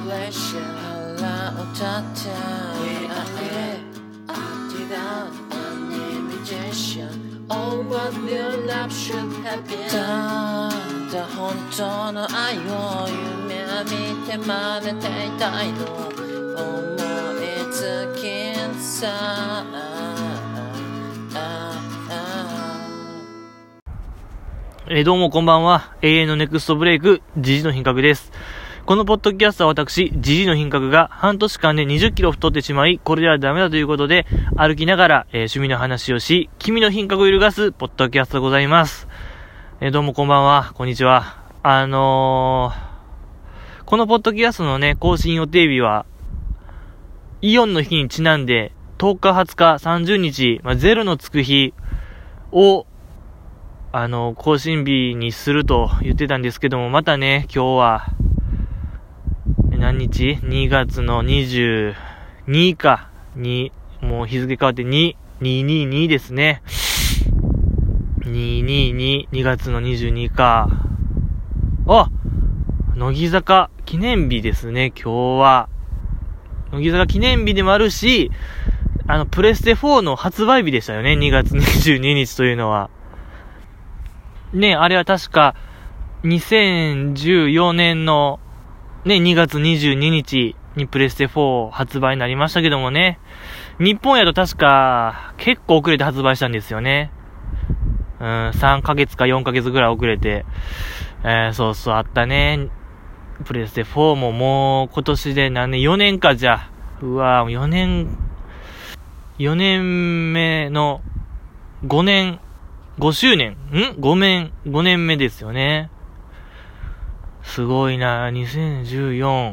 腹を立てOh, what your love should have been ただ本当の愛を夢見て真似ていたいの思いつきさどうもこんばんは。永遠のネクストブレイク、ジジの品格です。このポッドキャストは私、ジジの品格が半年間で20キロ太ってしまい、これではダメだということで、歩きながら、趣味の話をし、君の品格を揺るがすポッドキャストでございます。どうもこんばんは、こんにちは。このポッドキャストのね、更新予定日は、イオンの日にちなんで、10日、20日、30日、0のつく日を、更新日にすると言ってたんですけども、またね、今日は、何日 ?2 月の22か。もう日付変わって222ですね。2月の22か。乃木坂記念日ですね、今日は。乃木坂記念日でもあるし、プレステ4の発売日でしたよね、2月22日というのは。ね、あれは確か、2014年の、ね、2月22日にプレステ4発売になりましたけどもね。日本やと確か、結構遅れて発売したんですよね。3ヶ月か4ヶ月ぐらい遅れて。そうそう、あったね。プレステ4ももう今年で何年 ?4 年かじゃ。うわぁ、4年目の5周年 ?5 年目ですよね。すごいな、2014、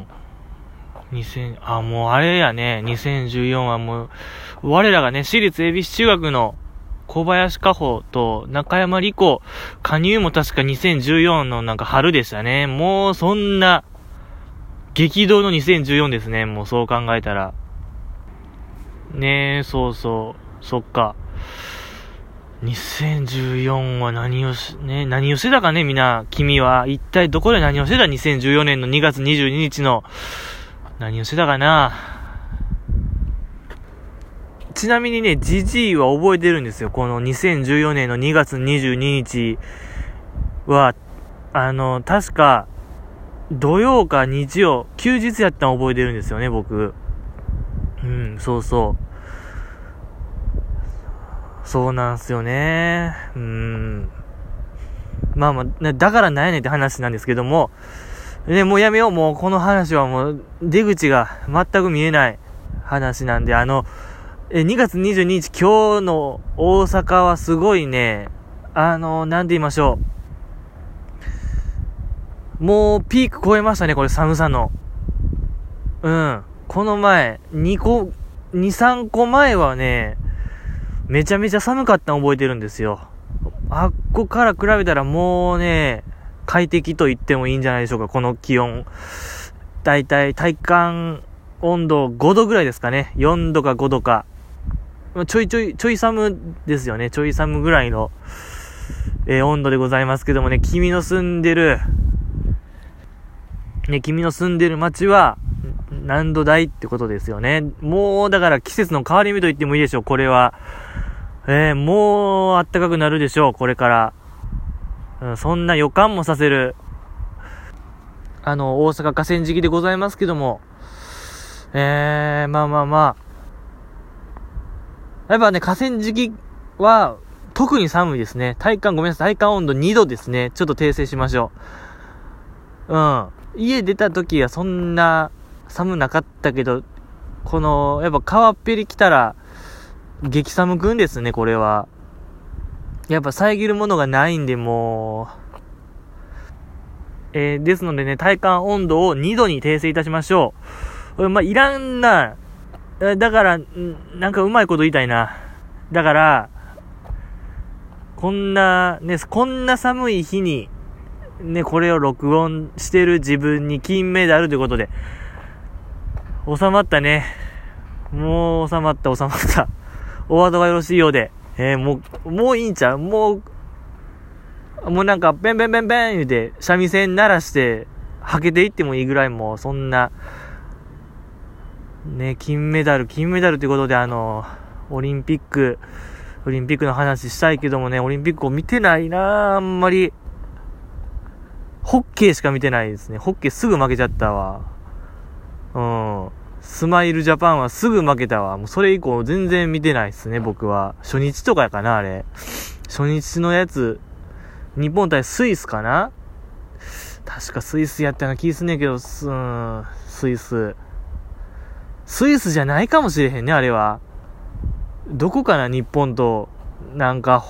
もうあれやね、2014はもう、我らがね、私立恵比寿中学の小林香穂と中山理子、加入も確か2014のなんか春でしたね。もうそんな、激動の2014ですね、もうそう考えたら。ねえ、そうそう、そっか。2014は何をしてたかね、君は。一体どこで何をしてた ?2014 年の2月22日の、何をしてたかな。ちなみにね、ジジイは覚えてるんですよ。この2014年の2月22日は、確か、土曜か日曜、休日やったの覚えてるんですよね、僕。そうそう。そうなんすよね。だからなんやねんって話なんですけども、ね、もうやめよう。もうこの話はもう出口が全く見えない話なんで、2月22日今日の大阪はすごいね、なんて言いましょう。もうピーク超えましたね、これ寒さの。この前、2、3個前はね、めちゃめちゃ寒かったの覚えてるんですよ。あっこから比べたらもうね、快適と言ってもいいんじゃないでしょうか、この気温。だいたい体感温度5度ぐらいですかね。4度か5度か。ちょい寒ですよね。ちょい寒ぐらいの、温度でございますけどもね、君の住んでる街は何度台ってことですよね。もうだから季節の変わり目と言ってもいいでしょう、これは。もう暖かくなるでしょう、これから。そんな予感もさせる、大阪河川敷でございますけども。やっぱね、河川敷は特に寒いですね。体感温度2度ですね。ちょっと訂正しましょう。家出た時はそんな寒なかったけど、やっぱ川っぺり来たら、激寒くんですね、これは。やっぱ遮るものがないんで、もう。ですのでね、体感温度を2度に訂正いたしましょう。いらんな。だから、なんかうまいこと言いたいな。だから、こんな寒い日に、ね、これを録音してる自分に金メダルということで、収まったね。もう収まった。お後がよろしいようで。もういいんちゃう？もうなんか、ベンベンベンベン言うて、三味線鳴らして、はけていってもいいぐらいもう、そんな、 ね、金メダルということでオリンピックの話したいけどもね、オリンピックを見てないなあんまり。ホッケーしか見てないですね。ホッケーすぐ負けちゃったわ。スマイルジャパンはすぐ負けたわ。もうそれ以降全然見てないですね、僕は。初日とかやかな、あれ。初日のやつ、日本対スイスかな？確かスイスやったような気すんねんけど、スイスじゃないかもしれへんね、あれは。どこかな、日本と、なんか、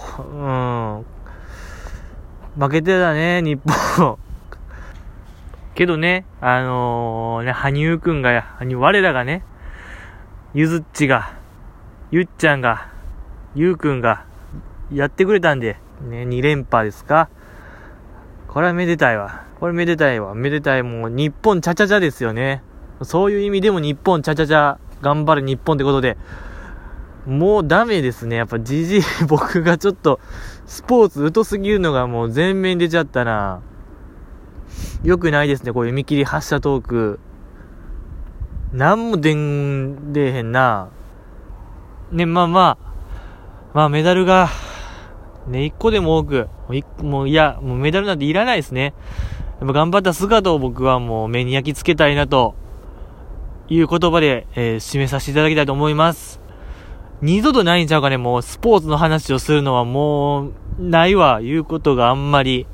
負けてたね、日本。けどね、羽生くんが、我らがね、ゆずっちが、ゆっちゃんが、ゆうくんが、やってくれたんで、ね、2連覇ですか。これはめでたいわ。めでたい、もう、日本チャチャチャですよね。そういう意味でも日本チャチャチャ、頑張れ日本ってことで、もうダメですね。やっぱ僕がちょっと、スポーツ疎すぎるのがもう全面に出ちゃったな。よくないですね、こういう見切り発車トーク。なんも出へんな。ね、まあ、メダルが、ね、一個でも多く、もうメダルなんていらないですね。やっぱ頑張った姿を僕はもう目に焼き付けたいなという言葉で、締めさせていただきたいと思います。二度とないんちゃうかね、もうスポーツの話をするのはもうないわ、言うことがあんまり。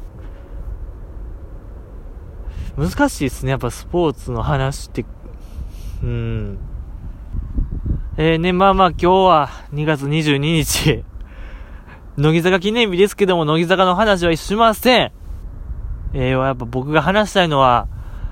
難しいですね、やっぱスポーツの話って。ね、まあ今日は2月22日。乃木坂記念日ですけども、乃木坂の話はしません。やっぱ僕が話したいのは、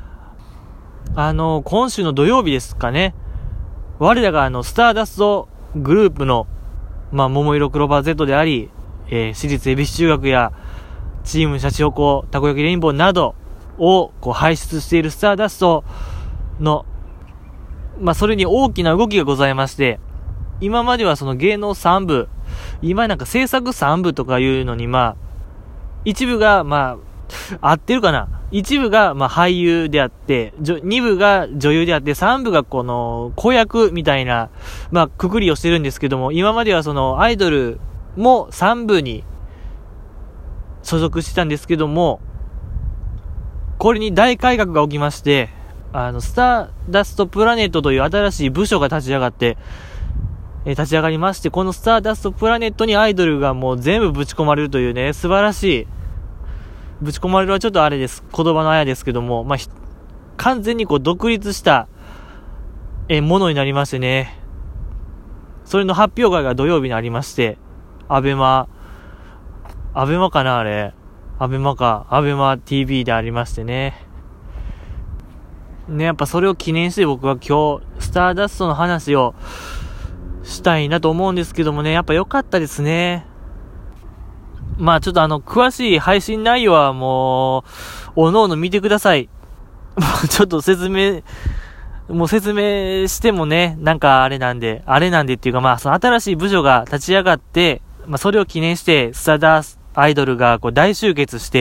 今週の土曜日ですかね。我らがスターダストグループの、桃色クローバー Z であり、私立恵比寿中学や、チームシャチホコ、たこ焼きレインボーなどを輩出しているスターダストの、それに大きな動きがございまして、今まではその芸能3部、今なんか制作3部とかいうのに一部が合ってるかな、一部が俳優であって、2部が女優であって、3部がこの子役みたいなくくりをしてるんですけども、今まではそのアイドルも3部に所属してたんですけども、これに大改革が起きまして、スターダストプラネットという新しい部署が立ち上がりまして、このスターダストプラネットにアイドルがもう全部ぶち込まれるというね、素晴らしい。ぶち込まれるはちょっとあれです。言葉のあやですけども、完全に独立したものになりましてね。それの発表会が土曜日にありまして、アベマかな、あれ。アベマ TV でありましてね。ね、やっぱそれを記念して僕は今日、スターダストの話をしたいなと思うんですけどもね、やっぱ良かったですね。ちょっと詳しい配信内容はもう、おのおの見てください。ちょっと説明してもね、なんかあれなんでっていうかその新しい部署が立ち上がって、それを記念して、スターダストアイドルが大集結して、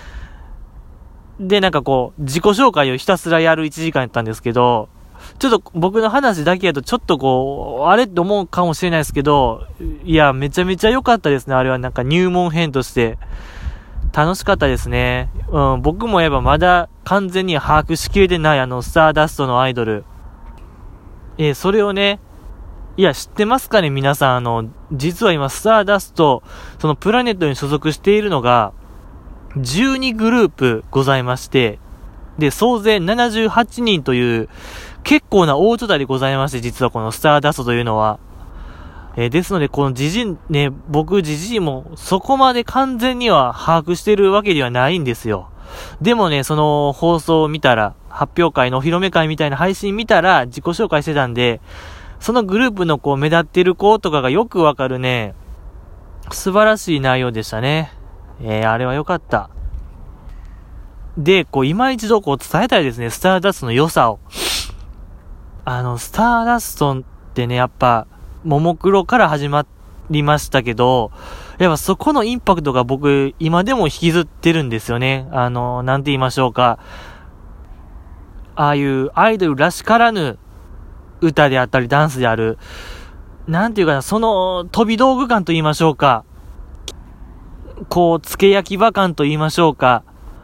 で、自己紹介をひたすらやる1時間やったんですけど、ちょっと僕の話だけやとちょっとあれって思うかもしれないですけど、いや、めちゃめちゃ良かったですね。あれは入門編として。楽しかったですね。僕もやっぱまだ完全に把握しきれてないスターダストのアイドル。それをね、いや、知ってますかね皆さん。実は今スターダスト、そのプラネットに所属しているのが、12グループございまして、で、総勢78人という、結構な大所帯でございまして、実はこのスターダストというのは。ですので、この僕自身もそこまで完全には把握しているわけではないんですよ。でもね、その放送を見たら、発表会のお披露目会みたいな配信見たら、自己紹介してたんで、そのグループの目立ってる子とかがよくわかるね、素晴らしい内容でしたね。あれは良かった。で、今一度伝えたいですね、スターダストの良さを。スターダストってね、やっぱ、ももクロから始まりましたけど、やっぱそこのインパクトが僕、今でも引きずってるんですよね。なんて言いましょうか。ああいうアイドルらしからぬ、 歌であったりダンスである、なんていうかな、その飛び道具感と言いましょうか、こう、付け焼き場感と言いましょうか、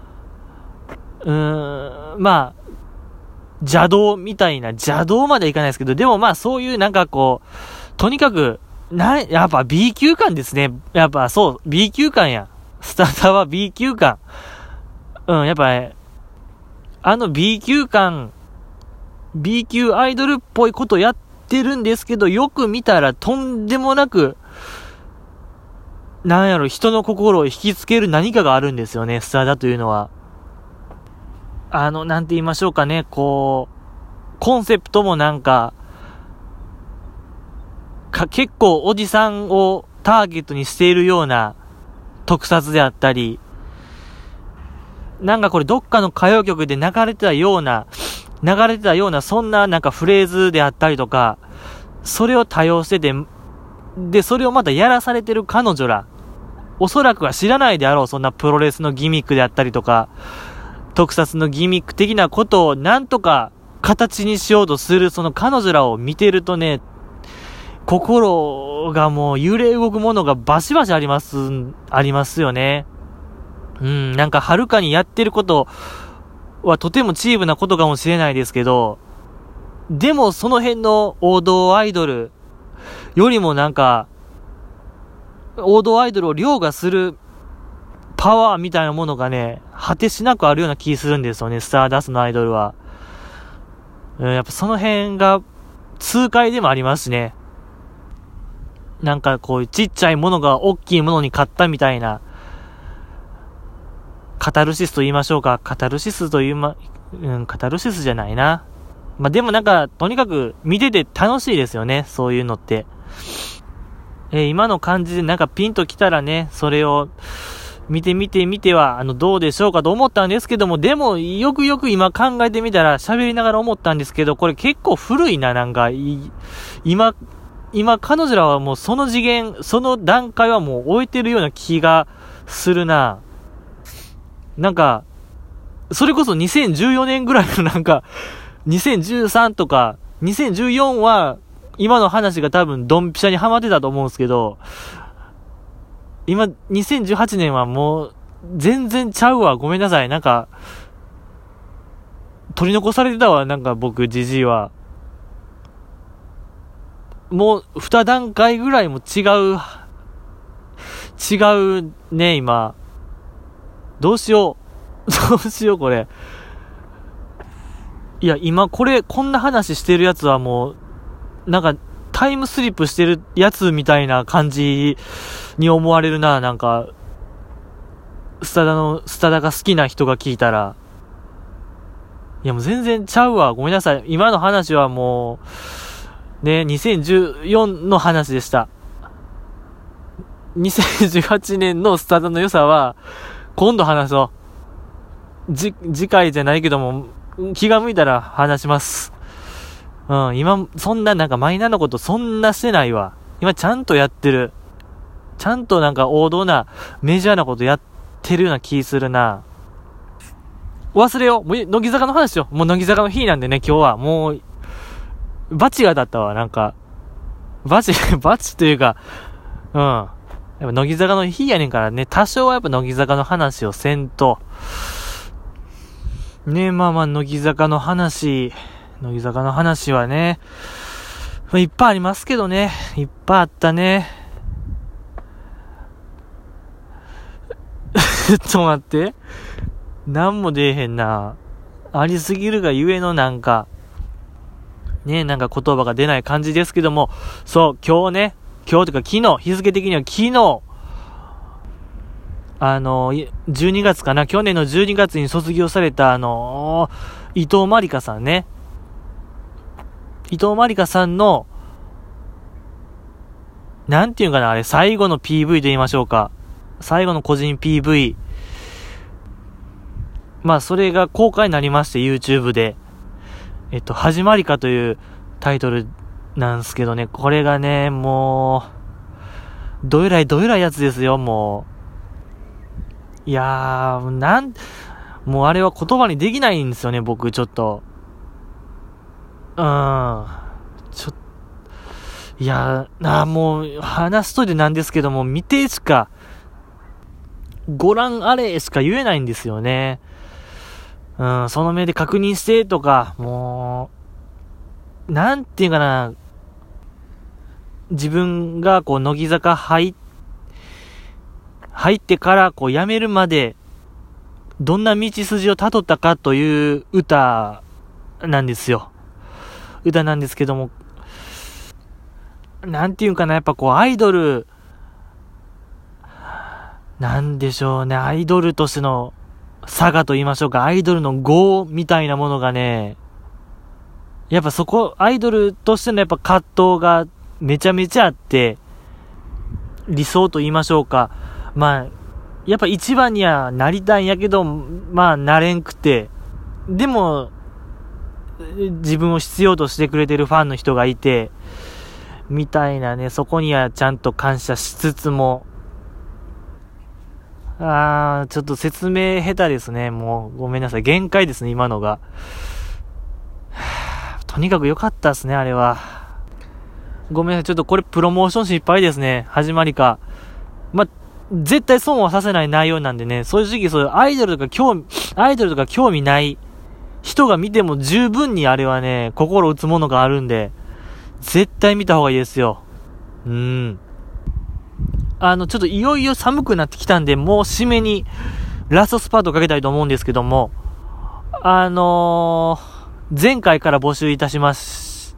まあ、邪道みたいな、邪道までいかないですけど、でもまあそういうなんかこう、とにかく、やっぱ B 級感ですね。やっぱそう、B 級感や。スターターは B 級感。やっぱね、B 級感、B 級アイドルっぽいことやってるんですけど、よく見たらとんでもなく、なんやろ、人の心を引きつける何かがあるんですよね、スターダというのは。なんて言いましょうかね、こう、コンセプトもなんか、結構おじさんをターゲットにしているような特撮であったり、なんかこれどっかの歌謡曲で流れてたような、そんななんかフレーズであったりとか、それを多用してて、で、それをまたやらされてる彼女ら、おそらくは知らないであろう、そんなプロレスのギミックであったりとか、特撮のギミック的なことをなんとか形にしようとするその彼女らを見てるとね、心がもう揺れ動くものがバシバシありますよね。なんかはるかにやってることはとてもチープなことかもしれないですけど、でもその辺の王道アイドルよりもなんか、王道アイドルを凌駕するパワーみたいなものがね、果てしなくあるような気するんですよね、スターダストのアイドルは。やっぱその辺が痛快でもありますしね。なんかこういうちっちゃいものが大きいものに勝ったみたいな、カタルシスと言いましょうか。カタルシスじゃないな。まあ、でもなんか、とにかく見てて楽しいですよね、そういうのって。今の感じでなんかピンときたらね、それを見ては、どうでしょうかと思ったんですけども、でも、よくよく今考えてみたら、喋りながら思ったんですけど、これ結構古いな、なんか、今、彼女らはもうその次元、その段階はもう終えてるような気がするな。なんか、それこそ2014年ぐらいのなんか、2013とか、2014は、今の話が多分ドンピシャにハマってたと思うんですけど、今、2018年はもう、全然ちゃうわ。ごめんなさい。なんか、取り残されてたわ。なんか僕、ジジイは。もう、2段階ぐらいも違うね、今。どうしよう、これ。いや、今、こんな話してるやつはもう、なんか、タイムスリップしてるやつみたいな感じに思われるな、なんか、スタダが好きな人が聞いたら。いや、もう全然ちゃうわ。ごめんなさい。今の話はもう、ね、2014の話でした。2018年のスタダの良さは、今度話そう。次回じゃないけども、気が向いたら話します。今、そんななんかマイナーなことそんなしてないわ。今ちゃんとやってる。ちゃんとなんか王道な、メジャーなことやってるような気するな。忘れよう。もう、乃木坂の話よ。もう乃木坂の日なんでね、今日は。もう、バチがだったわ、なんか。バチというか、やっぱ乃木坂の日やねんからね、多少はやっぱ乃木坂の話をせんと。ね、まあ乃木坂の話はね、いっぱいありますけどね。いっぱいあったね。ちょっと待って。なんも出えへんな。ありすぎるがゆえのなんか、ね、なんか言葉が出ない感じですけども、そう、今日というか昨日、日付的には昨日、12月かな、去年の12月に卒業された伊藤まりかさんね。伊藤まりかさんの、なんていうかな、あれ、最後の PV と言いましょうか。最後の個人 PV。まあ、それが公開になりまして、YouTube で。始まりかというタイトルなんですけどね、これがね、もう、どえらいやつですよ、もう。いやー、もうあれは言葉にできないんですよね、僕、ちょっと。 いやもう話すといてなんですけども、見てしかご覧あれしか言えないんですよね。その目で確認してとか、もうなんていうかな、自分がこう乃木坂入ってからこう辞めるまでどんな道筋をたどったかという歌なんですよ。歌なんですけども、なんていうんかな、やっぱこうアイドルなんでしょうね、アイドルとしての差がと言いましょうか、アイドルの業みたいなものがね、やっぱそこ、アイドルとしてのやっぱ葛藤がめちゃめちゃあって、理想と言いましょうか、まあやっぱ一番にはなりたいんやけど、まあなれんくて、でも自分を必要としてくれてるファンの人がいてみたいなね、そこにはちゃんと感謝しつつも、ちょっと説明下手ですね。もうごめんなさい、限界ですね今のが。とにかく良かったですね、あれは。ごめんなさい、ちょっとこれプロモーション失敗ですね、始まりか。絶対損はさせない内容なんでね、そういう時期、そういうアイドルとか興味ない人が見ても十分にあれはね、心打つものがあるんで、絶対見た方がいいですよ。ちょっといよいよ寒くなってきたんで、もう締めにラストスパートをかけたいと思うんですけども、前回から募集いたします。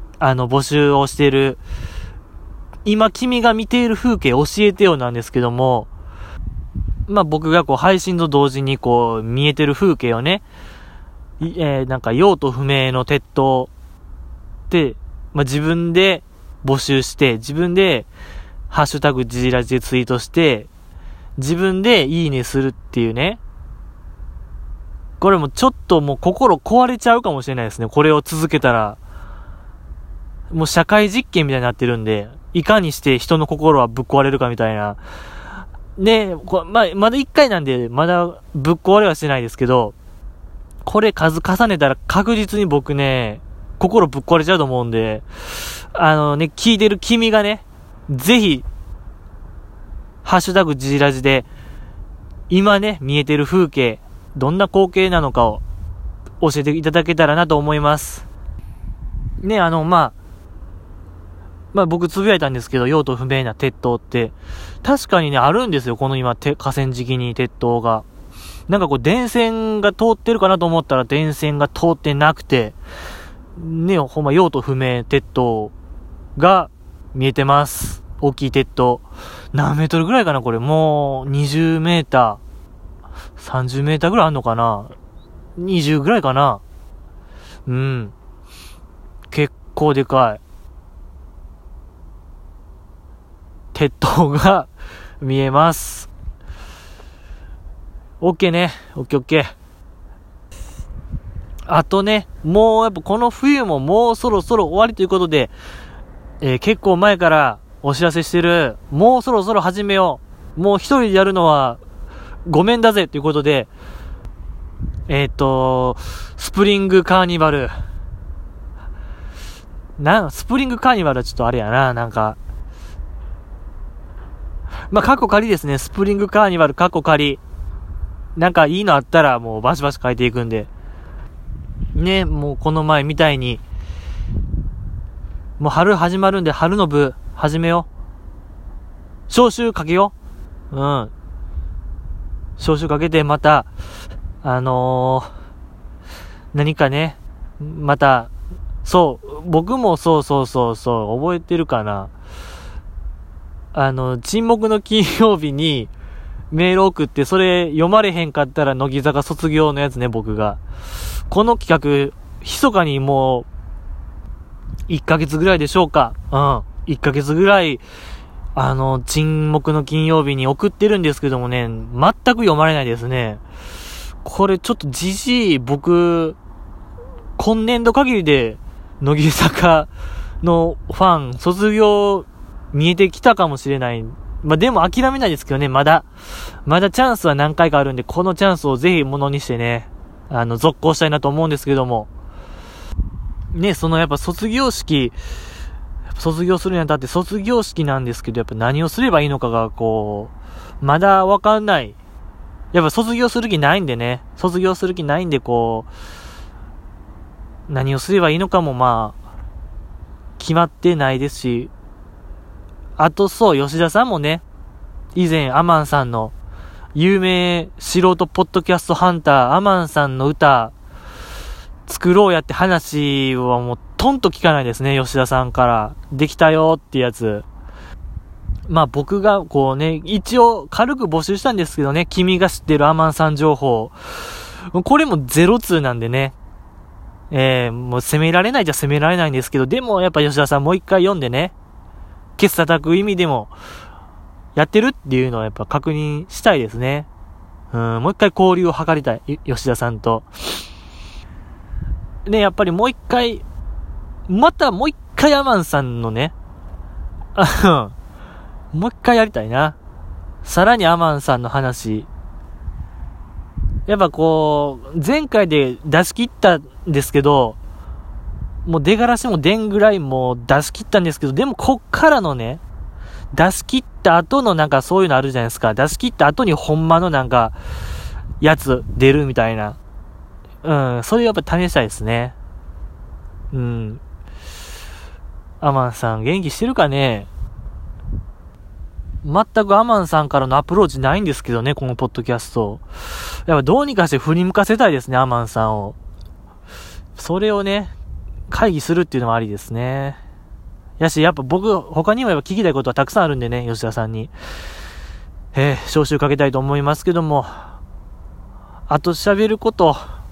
募集をしている、今君が見ている風景教えてよなんですけども、僕がこう配信と同時にこう見えてる風景をね、なんか用途不明の鉄塔って、自分で募集して、自分でハッシュタグジジラジでツイートして、自分でいいねするっていうね。これもちょっともう心壊れちゃうかもしれないですね。これを続けたら。もう社会実験みたいになってるんで、いかにして人の心はぶっ壊れるかみたいな。ね、まだ1回なんで、まだぶっ壊れはしてないですけど、これ数重ねたら確実に僕ね、心ぶっ壊れちゃうと思うんで、聞いてる君がね、ぜひ、ハッシュタグジジラジで、今ね、見えてる風景、どんな光景なのかを教えていただけたらなと思います。ね、僕つぶやいたんですけど、用途不明な鉄塔って、確かにね、あるんですよ、この今、河川敷に鉄塔が。なんかこう、電線が通ってるかなと思ったら、電線が通ってなくて、ね、ほんま用途不明鉄塔が見えてます。大きい鉄塔。何メートルぐらいかなこれ。もう、20メーター、30メーターぐらいあんのかな ?20 ぐらいかな。結構でかい。鉄塔が見えます。OK ね。OK。あとね、もうやっぱこの冬ももうそろそろ終わりということで、結構前からお知らせしてる、もうそろそろ始めよう。もう一人でやるのはごめんだぜということで、スプリングカーニバル。スプリングカーニバルはちょっとあれやな、なんか。カッコ仮ですね。スプリングカーニバル、カッコ仮。なんかいいのあったらもうバシバシ書いていくんで。ね、もうこの前みたいに、もう春始まるんで春の部始めよう。招集かけよう。招集かけてまた、何かね、また、僕もそう、覚えてるかな。沈黙の金曜日にメール送って、それ読まれへんかったら乃木坂卒業のやつね、僕が。この企画、密かにもう、1ヶ月ぐらいでしょうか。1ヶ月ぐらい、沈黙の金曜日に送ってるんですけどもね、全く読まれないですね。これちょっと僕、今年度限りで、乃木坂のファン、卒業見えてきたかもしれない。でも諦めないですけどね、まだチャンスは何回かあるんで、このチャンスをぜひものにしてね、続行したいなと思うんですけども。ね、やっぱ卒業式、やっ卒業するにあたって卒業式なんですけど、やっぱ何をすればいいのかが、まだわかんない。やっぱ卒業する気ないんで、何をすればいいのかも決まってないですし、あと吉田さんもね、以前アマンさんの有名素人ポッドキャストハンターアマンさんの歌作ろうやって話はもうトンと聞かないですね。吉田さんからできたよってやつ。僕が一応軽く募集したんですけどね、君が知ってるアマンさん情報、これも02なんでね、もう責められないじゃ責められないんですけど、でもやっぱ吉田さんもう一回読んでね、ケツ叩く意味でもやってるっていうのをやっぱ確認したいですね。もう一回交流を図りたい、吉田さんと。ね、やっぱりもう一回アマンさんのね、もう一回やりたいな。さらにアマンさんの話。やっぱ前回で出し切ったんですけど、もう出がらしも出んぐらいもう出し切ったんですけど、でもこっからのね、出し切った後のそういうのあるじゃないですか。出し切った後にほんまのやつ出るみたいな。それやっぱ試したいですね。アマンさん元気してるかね。全くアマンさんからのアプローチないんですけどね、このポッドキャスト。やっぱどうにかして振り向かせたいですね、アマンさんを。それをね、会議するっていうのもありですね。やし、やっぱ他にもやっぱ聞きたいことはたくさんあるんでね、吉田さんに。招集かけたいと思いますけども。あと喋ること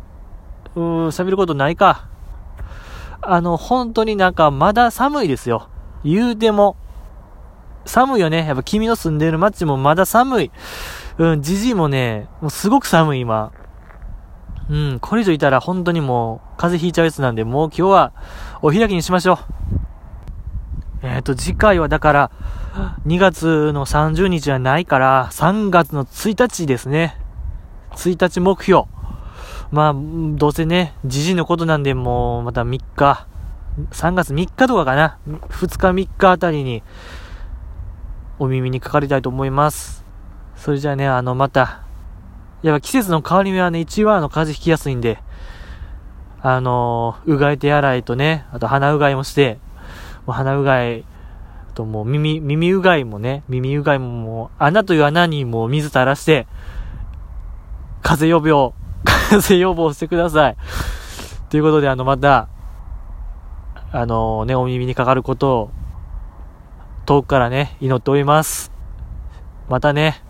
ないか。本当にまだ寒いですよ。言うても。寒いよね。やっぱ君の住んでる街もまだ寒い。じじいもね、もうすごく寒い今。これ以上いたら本当にもう風邪ひいちゃうやつなんで、もう今日はお開きにしましょう。次回はだから2月の30日はないから3月の1日ですね。1日目標。どうせね、じじいのことなんで、もうまた3月3日とかかな。2日3日あたりにお耳にかかりたいと思います。それじゃあね、また、やっぱ季節の変わり目はね、一番風邪ひきやすいんで、うがい手洗いとね、あと鼻うがいもして、もう鼻うがいともう耳うがいももう穴という穴にもう水垂らして、風邪予防してください。ということで、また、お耳にかかることを、遠くからね、祈っております。またね。